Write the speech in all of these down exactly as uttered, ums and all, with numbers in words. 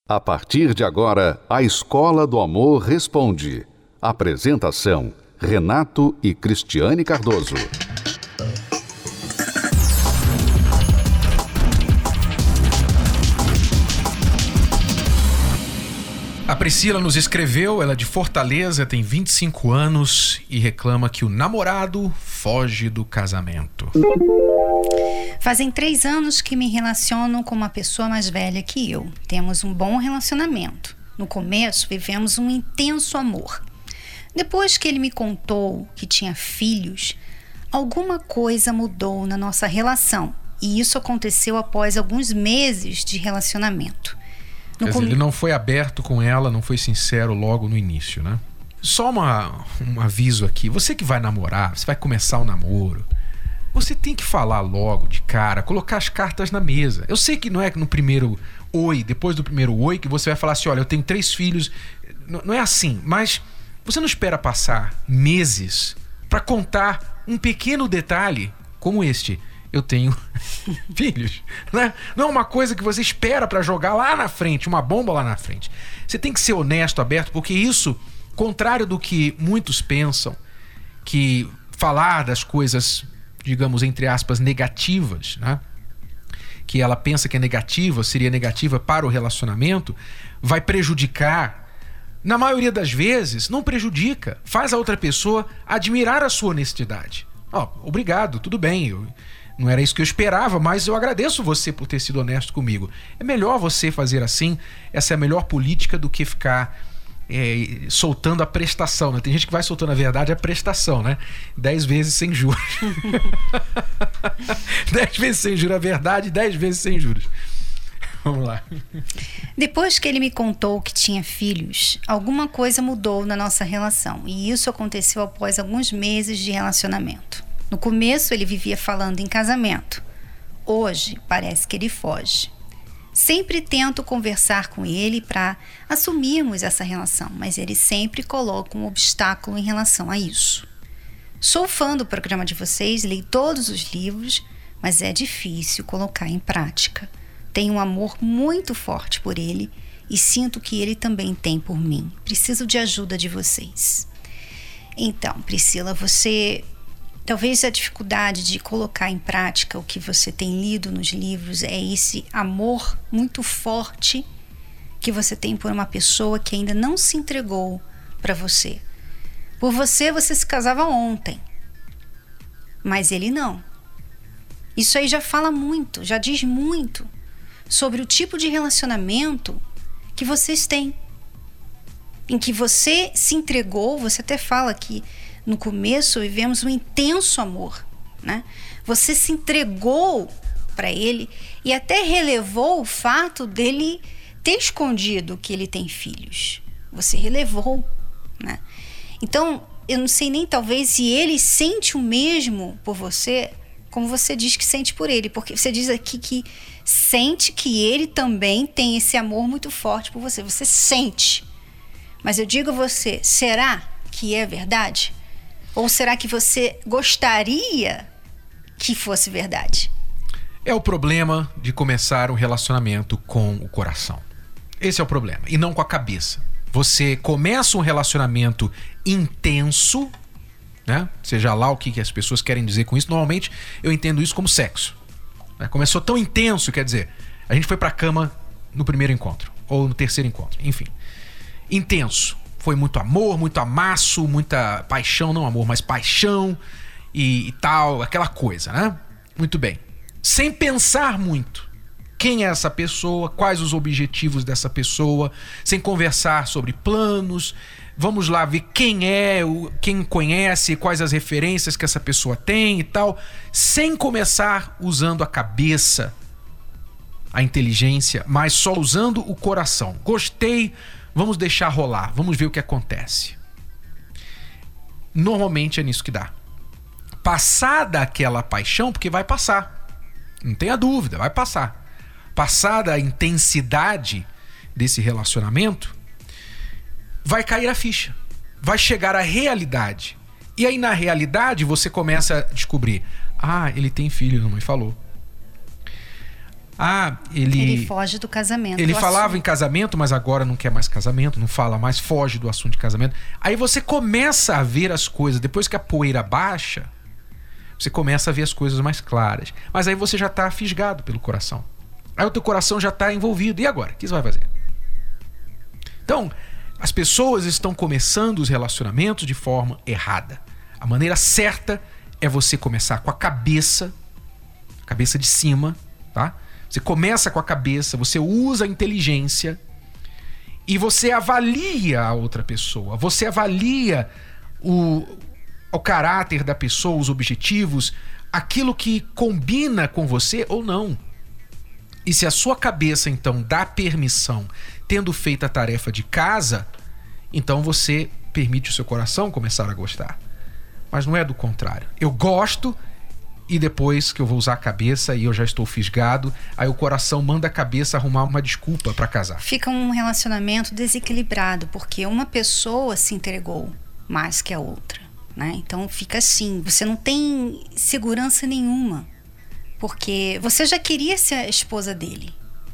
A partir de agora, a Escola do Amor Responde. Apresentação: Renato e Cristiane Cardoso. A Priscila nos escreveu, ela é de Fortaleza, tem vinte e cinco anos e reclama que o namorado foge do casamento. Fazem três anos que me relaciono com uma pessoa mais velha que eu. Temos um bom relacionamento. No começo, vivemos um intenso amor. Depois que ele me contou que tinha filhos, alguma coisa mudou na nossa relação. E isso aconteceu após alguns meses de relacionamento. Quer dizer, ele não foi aberto com ela, não foi sincero logo no início, né? Só uma, um aviso aqui. Você que vai namorar, você vai começar o namoro, você tem que falar logo de cara, colocar as cartas na mesa. Eu sei que não é no primeiro oi, depois do primeiro oi, que você vai falar assim, olha, eu tenho três filhos. Não, não é assim, mas você não espera passar meses para contar um pequeno detalhe como este. Eu tenho filhos, né? Não é uma coisa que você espera para jogar lá na frente, uma bomba lá na frente. Você tem que ser honesto, aberto, porque isso, contrário do que muitos pensam, que falar das coisas, digamos, entre aspas, negativas, né? Que ela pensa que é negativa, seria negativa para o relacionamento, vai prejudicar. Na maioria das vezes, não prejudica. Faz a outra pessoa admirar a sua honestidade. Ó, oh, obrigado, tudo bem, eu... Não era isso que eu esperava, mas eu agradeço você por ter sido honesto comigo. É melhor você fazer assim, essa é a melhor política do que ficar é, soltando a prestação, né? Tem gente que vai soltando a verdade, a prestação, né? Dez vezes sem juros. Dez vezes sem juros a verdade, dez vezes sem juros. Vamos lá. Depois que ele me contou que tinha filhos, alguma coisa mudou na nossa relação. E isso aconteceu após alguns meses de relacionamento. No começo ele vivia falando em casamento. Hoje parece que ele foge. Sempre tento conversar com ele para assumirmos essa relação, mas ele sempre coloca um obstáculo em relação a isso. Sou fã do programa de vocês, leio todos os livros, mas é difícil colocar em prática. Tenho um amor muito forte por ele e sinto que ele também tem por mim. Preciso de ajuda de vocês. Então, Priscila, você... Talvez a dificuldade de colocar em prática o que você tem lido nos livros é esse amor muito forte que você tem por uma pessoa que ainda não se entregou para você. Por você, você se casava ontem, mas ele não. Isso aí já fala muito, já diz muito sobre o tipo de relacionamento que vocês têm. Em que você se entregou, você até fala que no começo vivemos um intenso amor, né? Você se entregou para ele e até relevou o fato dele ter escondido que ele tem filhos. Você relevou, né? Então, eu não sei nem talvez se ele sente o mesmo por você, como você diz que sente por ele, porque você diz aqui que sente que ele também tem esse amor muito forte por você. Você sente. Mas eu digo a você, será que é verdade? Ou será que você gostaria que fosse verdade? É o problema de começar um relacionamento com o coração. Esse é o problema, e não com a cabeça. Você começa um relacionamento intenso, né? Seja lá o que as pessoas querem dizer com isso. Normalmente eu entendo isso como sexo. Começou tão intenso, quer dizer, a gente foi pra cama no primeiro encontro, ou no terceiro encontro, enfim. Intenso. Foi muito amor, muito amasso, muita paixão, não amor, mas paixão e, e tal, aquela coisa, né? Muito bem. Sem pensar muito quem é essa pessoa, quais os objetivos dessa pessoa, sem conversar sobre planos. Vamos lá ver quem é, quem conhece, quais as referências que essa pessoa tem e tal. Sem começar usando a cabeça, a inteligência, mas só usando o coração. Gostei. Vamos deixar rolar, vamos ver o que acontece. Normalmente é nisso que dá. Passada aquela paixão, porque vai passar. Não tenha dúvida, vai passar. Passada a intensidade desse relacionamento, vai cair a ficha. Vai chegar a realidade. E aí na realidade você começa a descobrir. Ah, ele tem filho, a mãe falou. Ah, ele... Ele foge do casamento. Ele do falava assunto. em casamento, mas agora não quer mais casamento, não fala mais, foge do assunto de casamento. Aí você começa a ver as coisas, depois que a poeira baixa, você começa a ver as coisas mais claras. Mas aí você já está fisgado pelo coração. Aí o teu coração já está envolvido. E agora? O que você vai fazer? Então, as pessoas estão começando os relacionamentos de forma errada. A maneira certa é você começar com a cabeça, a cabeça de cima, tá? Você começa com a cabeça, você usa a inteligência e você avalia a outra pessoa. Você avalia o, o caráter da pessoa, os objetivos, aquilo que combina com você ou não. E se a sua cabeça, então, dá permissão, tendo feito a tarefa de casa, então você permite o seu coração começar a gostar. Mas não é do contrário. Eu gosto... E depois que eu vou usar a cabeça e eu já estou fisgado, aí o coração manda a cabeça arrumar uma desculpa para casar. Fica um relacionamento desequilibrado, porque uma pessoa se entregou mais que a outra, né? Então fica assim, você não tem segurança nenhuma, porque você já queria ser a esposa dele,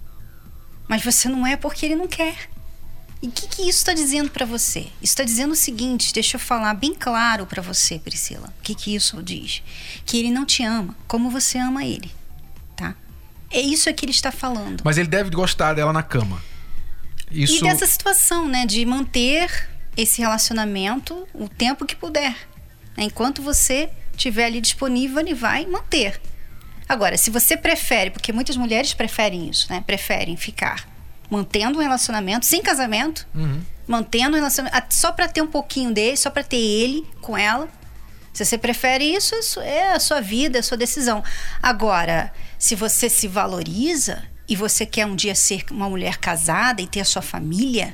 mas você não é porque ele não quer. E o que, que isso está dizendo para você? Isso está dizendo o seguinte, deixa eu falar bem claro para você, Priscila. O que, que isso diz? Que ele não te ama como você ama ele, tá? É isso que ele está falando. Mas ele deve gostar dela na cama. Isso... E dessa situação, né? De manter esse relacionamento o tempo que puder. Enquanto você estiver ali disponível, ele vai manter. Agora, se você prefere, porque muitas mulheres preferem isso, né? Preferem ficar mantendo um relacionamento, sem casamento, uhum. mantendo um relacionamento, só para ter um pouquinho dele, só para ter ele com ela. Se você prefere isso, isso é a sua vida, é a sua decisão. Agora, se você se valoriza e você quer um dia ser uma mulher casada e ter a sua família,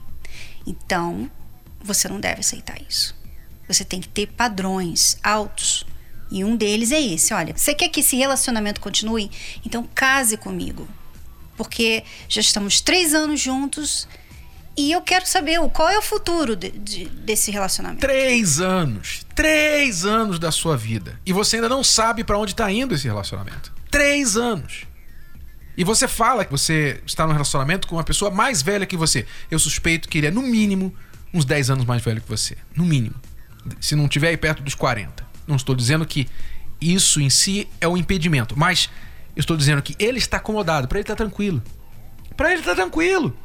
então você não deve aceitar isso. Você tem que ter padrões altos. E um deles é esse. Olha, você quer que esse relacionamento continue? Então case comigo. Porque já estamos três anos juntos e eu quero saber qual é o futuro de, de, desse relacionamento. Três anos. Três anos da sua vida. E você ainda não sabe para onde está indo esse relacionamento. Três anos. E você fala que você está num relacionamento com uma pessoa mais velha que você. Eu suspeito que ele é, no mínimo, uns dez anos mais velho que você. No mínimo. Se não estiver aí perto dos quarenta. Não estou dizendo que isso em si é um impedimento, mas... eu estou dizendo que ele está acomodado, para ele está tranquilo. Para ele está tranquilo.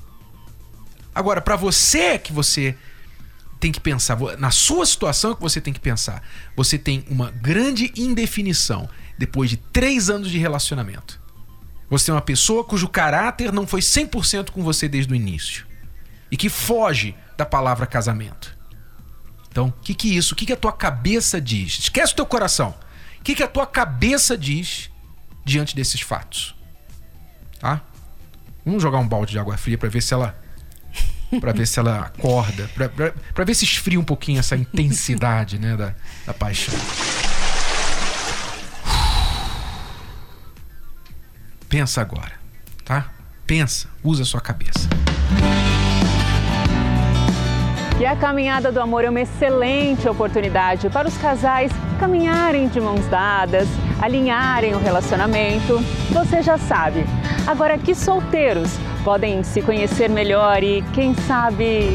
Agora, para você que você tem que pensar, na sua situação que você tem que pensar, você tem uma grande indefinição depois de três anos de relacionamento. Você é uma pessoa cujo caráter não foi cem por cento com você desde o início e que foge da palavra casamento. Então, o que que isso, o que que a tua cabeça diz? Esquece o teu coração. O que que a tua cabeça diz diante desses fatos, tá? Vamos jogar um balde de água fria para ver se ela, para ver se ela acorda, para ver se esfria um pouquinho essa intensidade, né, da, da paixão. Pensa agora, tá? Pensa, usa a sua cabeça. E a Caminhada do Amor é uma excelente oportunidade para os casais caminharem de mãos dadas, alinharem o relacionamento. Você já sabe. Agora, que solteiros podem se conhecer melhor e, quem sabe...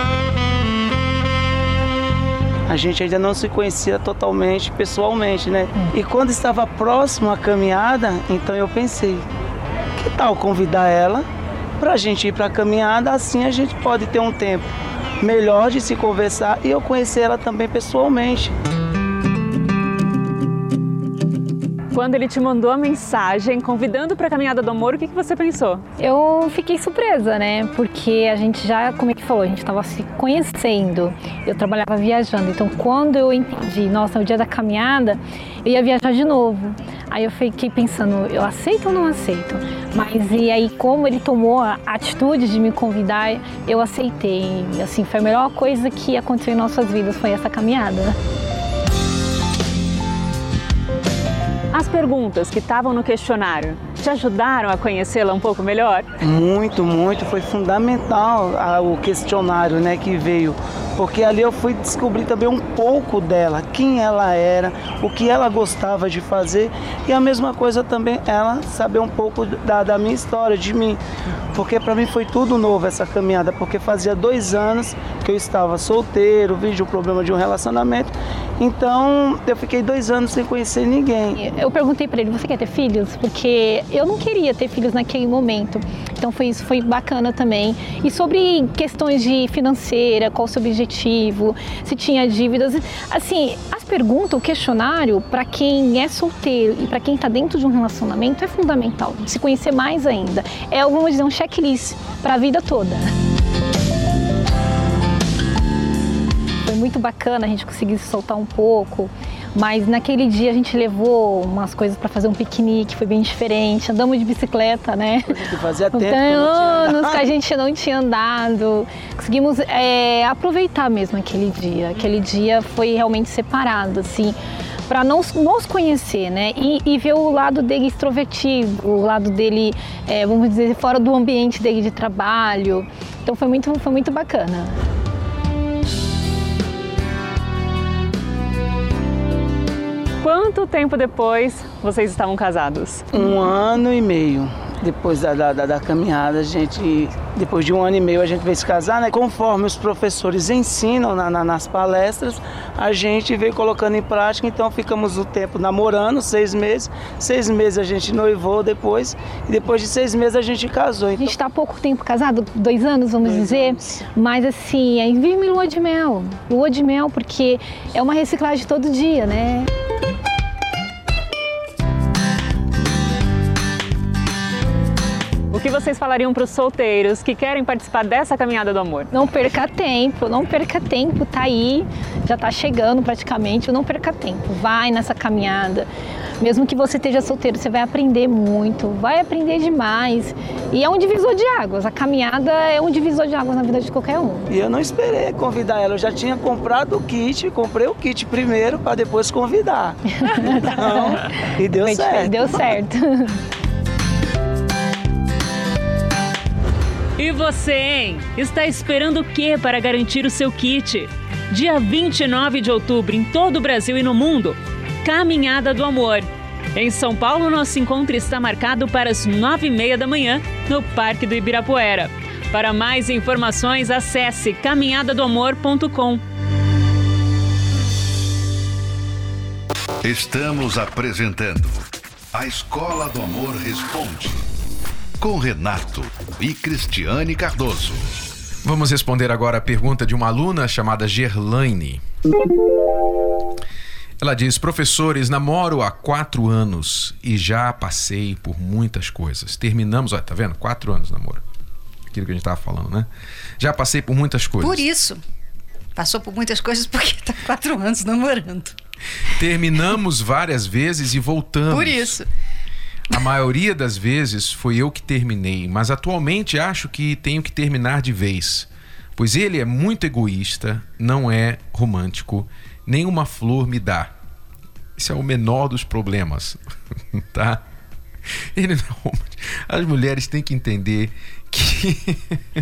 A gente ainda não se conhecia totalmente, pessoalmente, né? E quando estava próximo à caminhada, então eu pensei, que tal convidar ela para a gente ir para a caminhada? Assim a gente pode ter um tempo melhor de se conversar e eu conhecer ela também pessoalmente. Quando ele te mandou a mensagem convidando para a Caminhada do Amor, o que que você pensou? Eu fiquei surpresa, né? Porque a gente já, como é que falou, a gente estava se conhecendo. Eu trabalhava viajando, então quando eu entendi, nossa, no dia da caminhada, eu ia viajar de novo. Aí eu fiquei pensando, eu aceito ou não aceito? Mas e aí, como ele tomou a atitude de me convidar, eu aceitei. Assim, foi a melhor coisa que aconteceu em nossas vidas, foi essa caminhada. As perguntas que estavam no questionário te ajudaram a conhecê-la um pouco melhor? Muito, muito. Foi fundamental a, o questionário, né, que veio. Porque ali eu fui descobrir também um pouco dela, quem ela era, o que ela gostava de fazer. E a mesma coisa também ela saber um pouco da, da minha história, de mim. Porque para mim foi tudo novo essa caminhada, porque fazia dois anos que eu estava solteiro, vi o problema de um relacionamento. Então eu fiquei dois anos sem conhecer ninguém. Eu perguntei para ele, você quer ter filhos? Porque eu não queria ter filhos naquele momento. Então foi isso, foi bacana também. E sobre questões de financeira, qual o seu objetivo, se tinha dívidas. Assim, as perguntas, o questionário, para quem é solteiro e para quem está dentro de um relacionamento é fundamental. Se conhecer mais ainda. É, vamos dizer, um checklist para a vida toda. Foi muito bacana a gente conseguir se soltar um pouco, mas naquele dia a gente levou umas coisas para fazer um piquenique, foi bem diferente, andamos de bicicleta, né? Que fazia tempo. Tem anos que a gente não tinha andado, conseguimos é, aproveitar mesmo aquele dia. Aquele dia foi realmente separado, assim, para nos, nos conhecer, né? E, e ver o lado dele extrovertido, o lado dele, é, vamos dizer, fora do ambiente dele de trabalho. Então foi muito, foi muito bacana. Quanto tempo depois vocês estavam casados? Um ano e meio. Depois da, da, da caminhada, a gente, depois de um ano e meio, a gente veio se casar, né? Conforme os professores ensinam na, na, nas palestras, a gente veio colocando em prática, então ficamos o tempo namorando, seis meses. Seis meses a gente noivou depois, e depois de seis meses a gente casou. Então... A gente está há pouco tempo casado, dois anos, vamos dois dizer, anos. Mas assim, aí vive lua de mel. Lua de mel, porque é uma reciclagem todo dia, né? O que vocês falariam para os solteiros que querem participar dessa caminhada do amor? Não perca tempo, não perca tempo, tá aí, já tá chegando praticamente, não perca tempo, vai nessa caminhada. Mesmo que você esteja solteiro, você vai aprender muito, vai aprender demais. E é um divisor de águas, a caminhada é um divisor de águas na vida de qualquer um. E eu não esperei convidar ela, eu já tinha comprado o kit, comprei o kit primeiro para depois convidar. Então, e deu Foi certo. Deu certo. E você, hein? Está esperando o quê para garantir o seu kit? Dia vinte e nove de outubro, em todo o Brasil e no mundo, Caminhada do Amor. Em São Paulo, nosso encontro está marcado para as nove e meia da manhã, no Parque do Ibirapuera. Para mais informações, acesse caminhada do amor ponto com. Estamos apresentando A Escola do Amor Responde, com Renato e Cristiane Cardoso. Vamos responder agora a pergunta de uma aluna chamada Gerlaine. Ela diz: professores, namoro há quatro anos e já passei por muitas coisas. Terminamos, olha, tá vendo? Quatro anos de namoro. Aquilo que a gente tava falando, né? Já passei por muitas coisas. Por isso. Passou por muitas coisas porque tá quatro anos namorando. Terminamos várias vezes e voltamos. Por isso. A maioria das vezes foi eu que terminei, mas atualmente acho que tenho que terminar de vez, pois ele é muito egoísta, não é romântico, nenhuma flor me dá. Esse é o menor dos problemas, tá? Ele não é romântico. As mulheres têm que entender que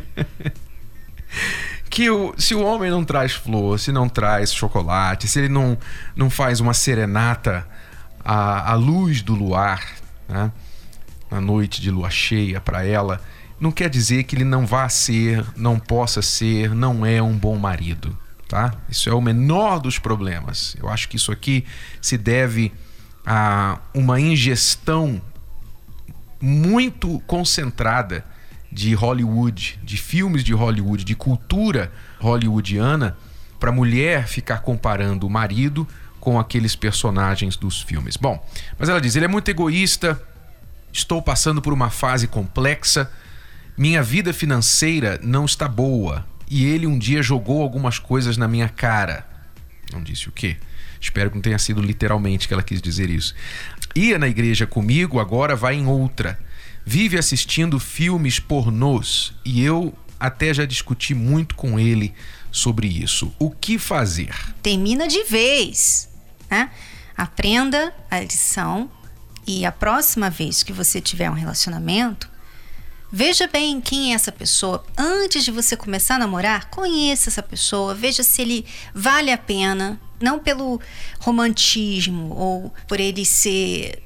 que o, se o homem não traz flor, se não traz chocolate, se ele não, não faz uma serenata à, à luz do luar, né, na noite de lua cheia para ela, não quer dizer que ele não vá ser, não possa ser, não é um bom marido, tá? Isso é o menor dos problemas. Eu acho que isso aqui se deve a uma ingestão muito concentrada de Hollywood, de filmes de Hollywood, de cultura hollywoodiana, para a mulher ficar comparando o marido com aqueles personagens dos filmes. Bom, mas ela diz: ele é muito egoísta, estou passando por uma fase complexa, minha vida financeira não está boa e ele um dia jogou algumas coisas na minha cara. Não disse o quê? Espero que não tenha sido literalmente que ela quis dizer isso. Ia na igreja comigo, agora vai em outra. Vive assistindo filmes pornôs e eu até já discuti muito com ele sobre isso. O que fazer? Termina de vez, né? Aprenda a lição E a próxima vez que você tiver um relacionamento, veja bem quem é essa pessoa. Antes de você começar a namorar, conheça essa pessoa, veja se ele vale a pena, não pelo romantismo ou por ele ser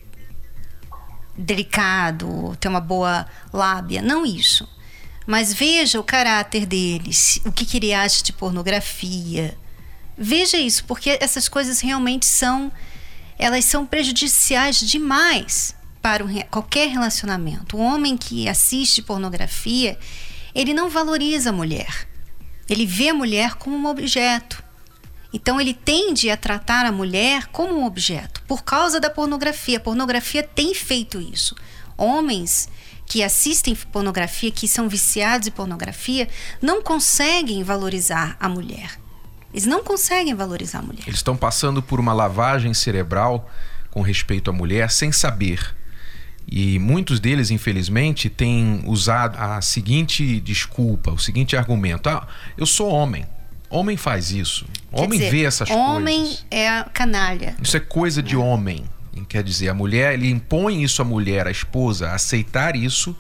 delicado, ter uma boa lábia, não isso. Mas veja o caráter dele, o que, que ele acha de pornografia. Veja isso, porque essas coisas realmente são, elas são prejudiciais demais para um, qualquer relacionamento. O homem que assiste pornografia, ele não valoriza a mulher. Ele vê a mulher como um objeto. Então ele tende a tratar a mulher como um objeto, por causa da pornografia. A pornografia tem feito isso. Homens que assistem pornografia, que são viciados em pornografia, não conseguem valorizar a mulher. Eles não conseguem valorizar a mulher. Eles estão passando por uma lavagem cerebral com respeito à mulher sem saber. E muitos deles, infelizmente, têm usado a seguinte desculpa, o seguinte argumento: ah, eu sou homem. Homem faz isso. Quer homem dizer, vê essas homem coisas. Homem é a canalha. Isso é coisa de homem. Quer dizer, a mulher, ele impõe isso à mulher, à esposa, a aceitar isso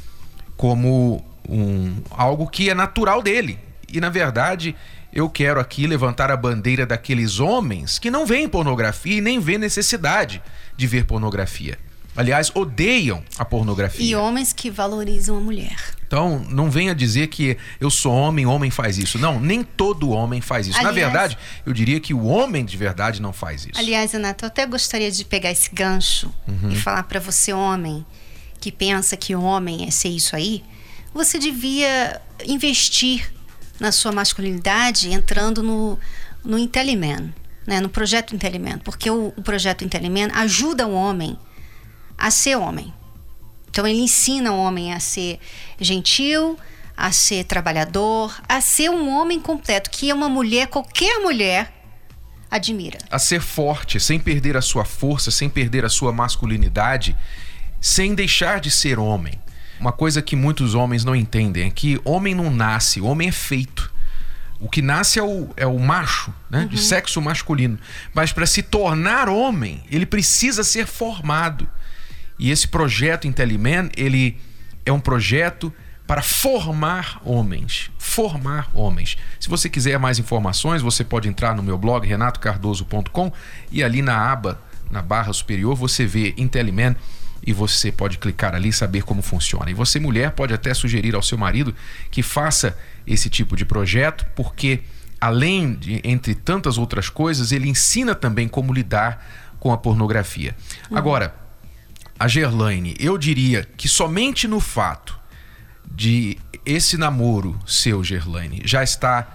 como um, algo que é natural dele. E, na verdade, eu quero aqui levantar a bandeira daqueles homens que não veem pornografia e nem vêem necessidade de ver pornografia. Aliás, odeiam a pornografia. E homens que valorizam a mulher. Então, não venha dizer que eu sou homem, homem faz isso. Não, nem todo homem faz isso. Aliás, na verdade, eu diria que o homem de verdade não faz isso. Aliás, Renato, eu até gostaria de pegar esse gancho uhum. e falar para você, homem, que pensa que homem é ser isso aí, você devia investir na sua masculinidade entrando no, no Intelliman, né? No projeto Intelliman. Porque o, o projeto Intelliman ajuda o homem a ser homem. Então ele ensina o homem a ser gentil, a ser trabalhador, a ser um homem completo, que é uma mulher, qualquer mulher admira. A ser forte, sem perder a sua força, sem perder a sua masculinidade, sem deixar de ser homem. Uma coisa que muitos homens não entendem é que homem não nasce, homem é feito. O que nasce é o, é o macho, né? Uhum. De sexo masculino. Mas para se tornar homem, ele precisa ser formado. E esse projeto Intelliman, ele é um projeto para formar homens. Formar homens. Se você quiser mais informações, você pode entrar no meu blog renato cardoso ponto com e ali na aba, na barra superior, você vê Intelliman e você pode clicar ali e saber como funciona. E você, mulher, pode até sugerir ao seu marido que faça esse tipo de projeto, porque além de, entre tantas outras coisas, ele ensina também como lidar com a pornografia. Uhum. Agora, a Gerlaine, eu diria que somente no fato de esse namoro seu, Gerlaine, já está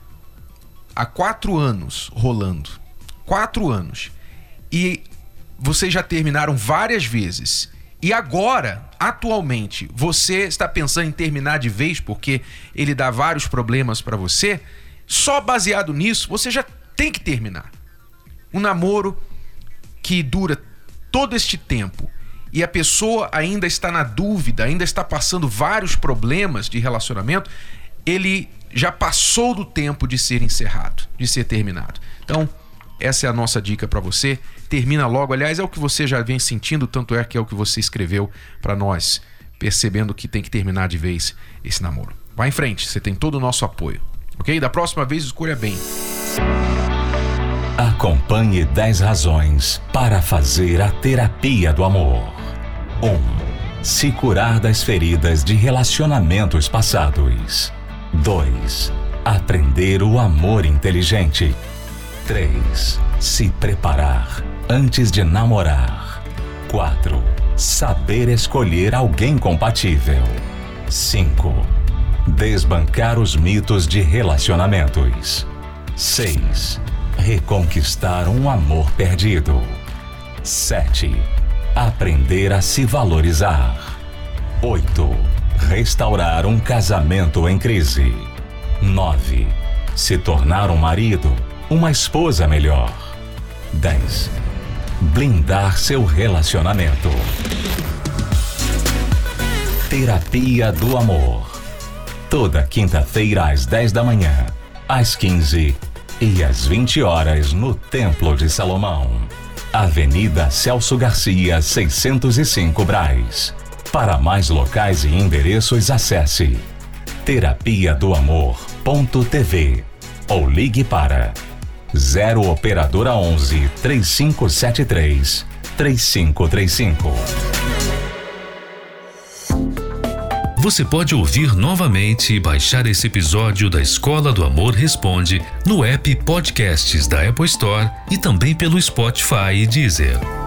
há quatro anos rolando. Quatro anos. E vocês já terminaram várias vezes. E agora, atualmente, você está pensando em terminar de vez porque ele dá vários problemas para você? Só baseado nisso, você já tem que terminar. Um namoro que dura todo este tempo e a pessoa ainda está na dúvida, ainda está passando vários problemas de relacionamento, ele já passou do tempo de ser encerrado, de ser terminado. Então, essa é a nossa dica para você. Termina logo. Aliás, é o que você já vem sentindo, tanto é que é o que você escreveu para nós, percebendo que tem que terminar de vez esse namoro. Vá em frente, você tem todo o nosso apoio, ok? Da próxima vez, escolha bem. Acompanhe dez razões para fazer a terapia do amor. um. Se curar das feridas de relacionamentos passados. dois. Aprender o amor inteligente. três. Se preparar antes de namorar. quatro. Saber escolher alguém compatível. cinco. Desbancar os mitos de relacionamentos. seis. Reconquistar um amor perdido. sete. Aprender a se valorizar. oito. Restaurar um casamento em crise. nove. Se tornar um marido, uma esposa melhor. dez. Blindar seu relacionamento. Terapia do Amor. Toda quinta-feira às dez da manhã, às quinze e às vinte horas no Templo de Salomão. Avenida Celso Garcia, seiscentos e cinco Brás. Para mais locais e endereços, acesse terapia do amor ponto t v ou ligue para zero operadora onze, três cinco sete três, três cinco três cinco. Você pode ouvir novamente e baixar esse episódio da Escola do Amor Responde no app Podcasts da Apple Store e também pelo Spotify e Deezer.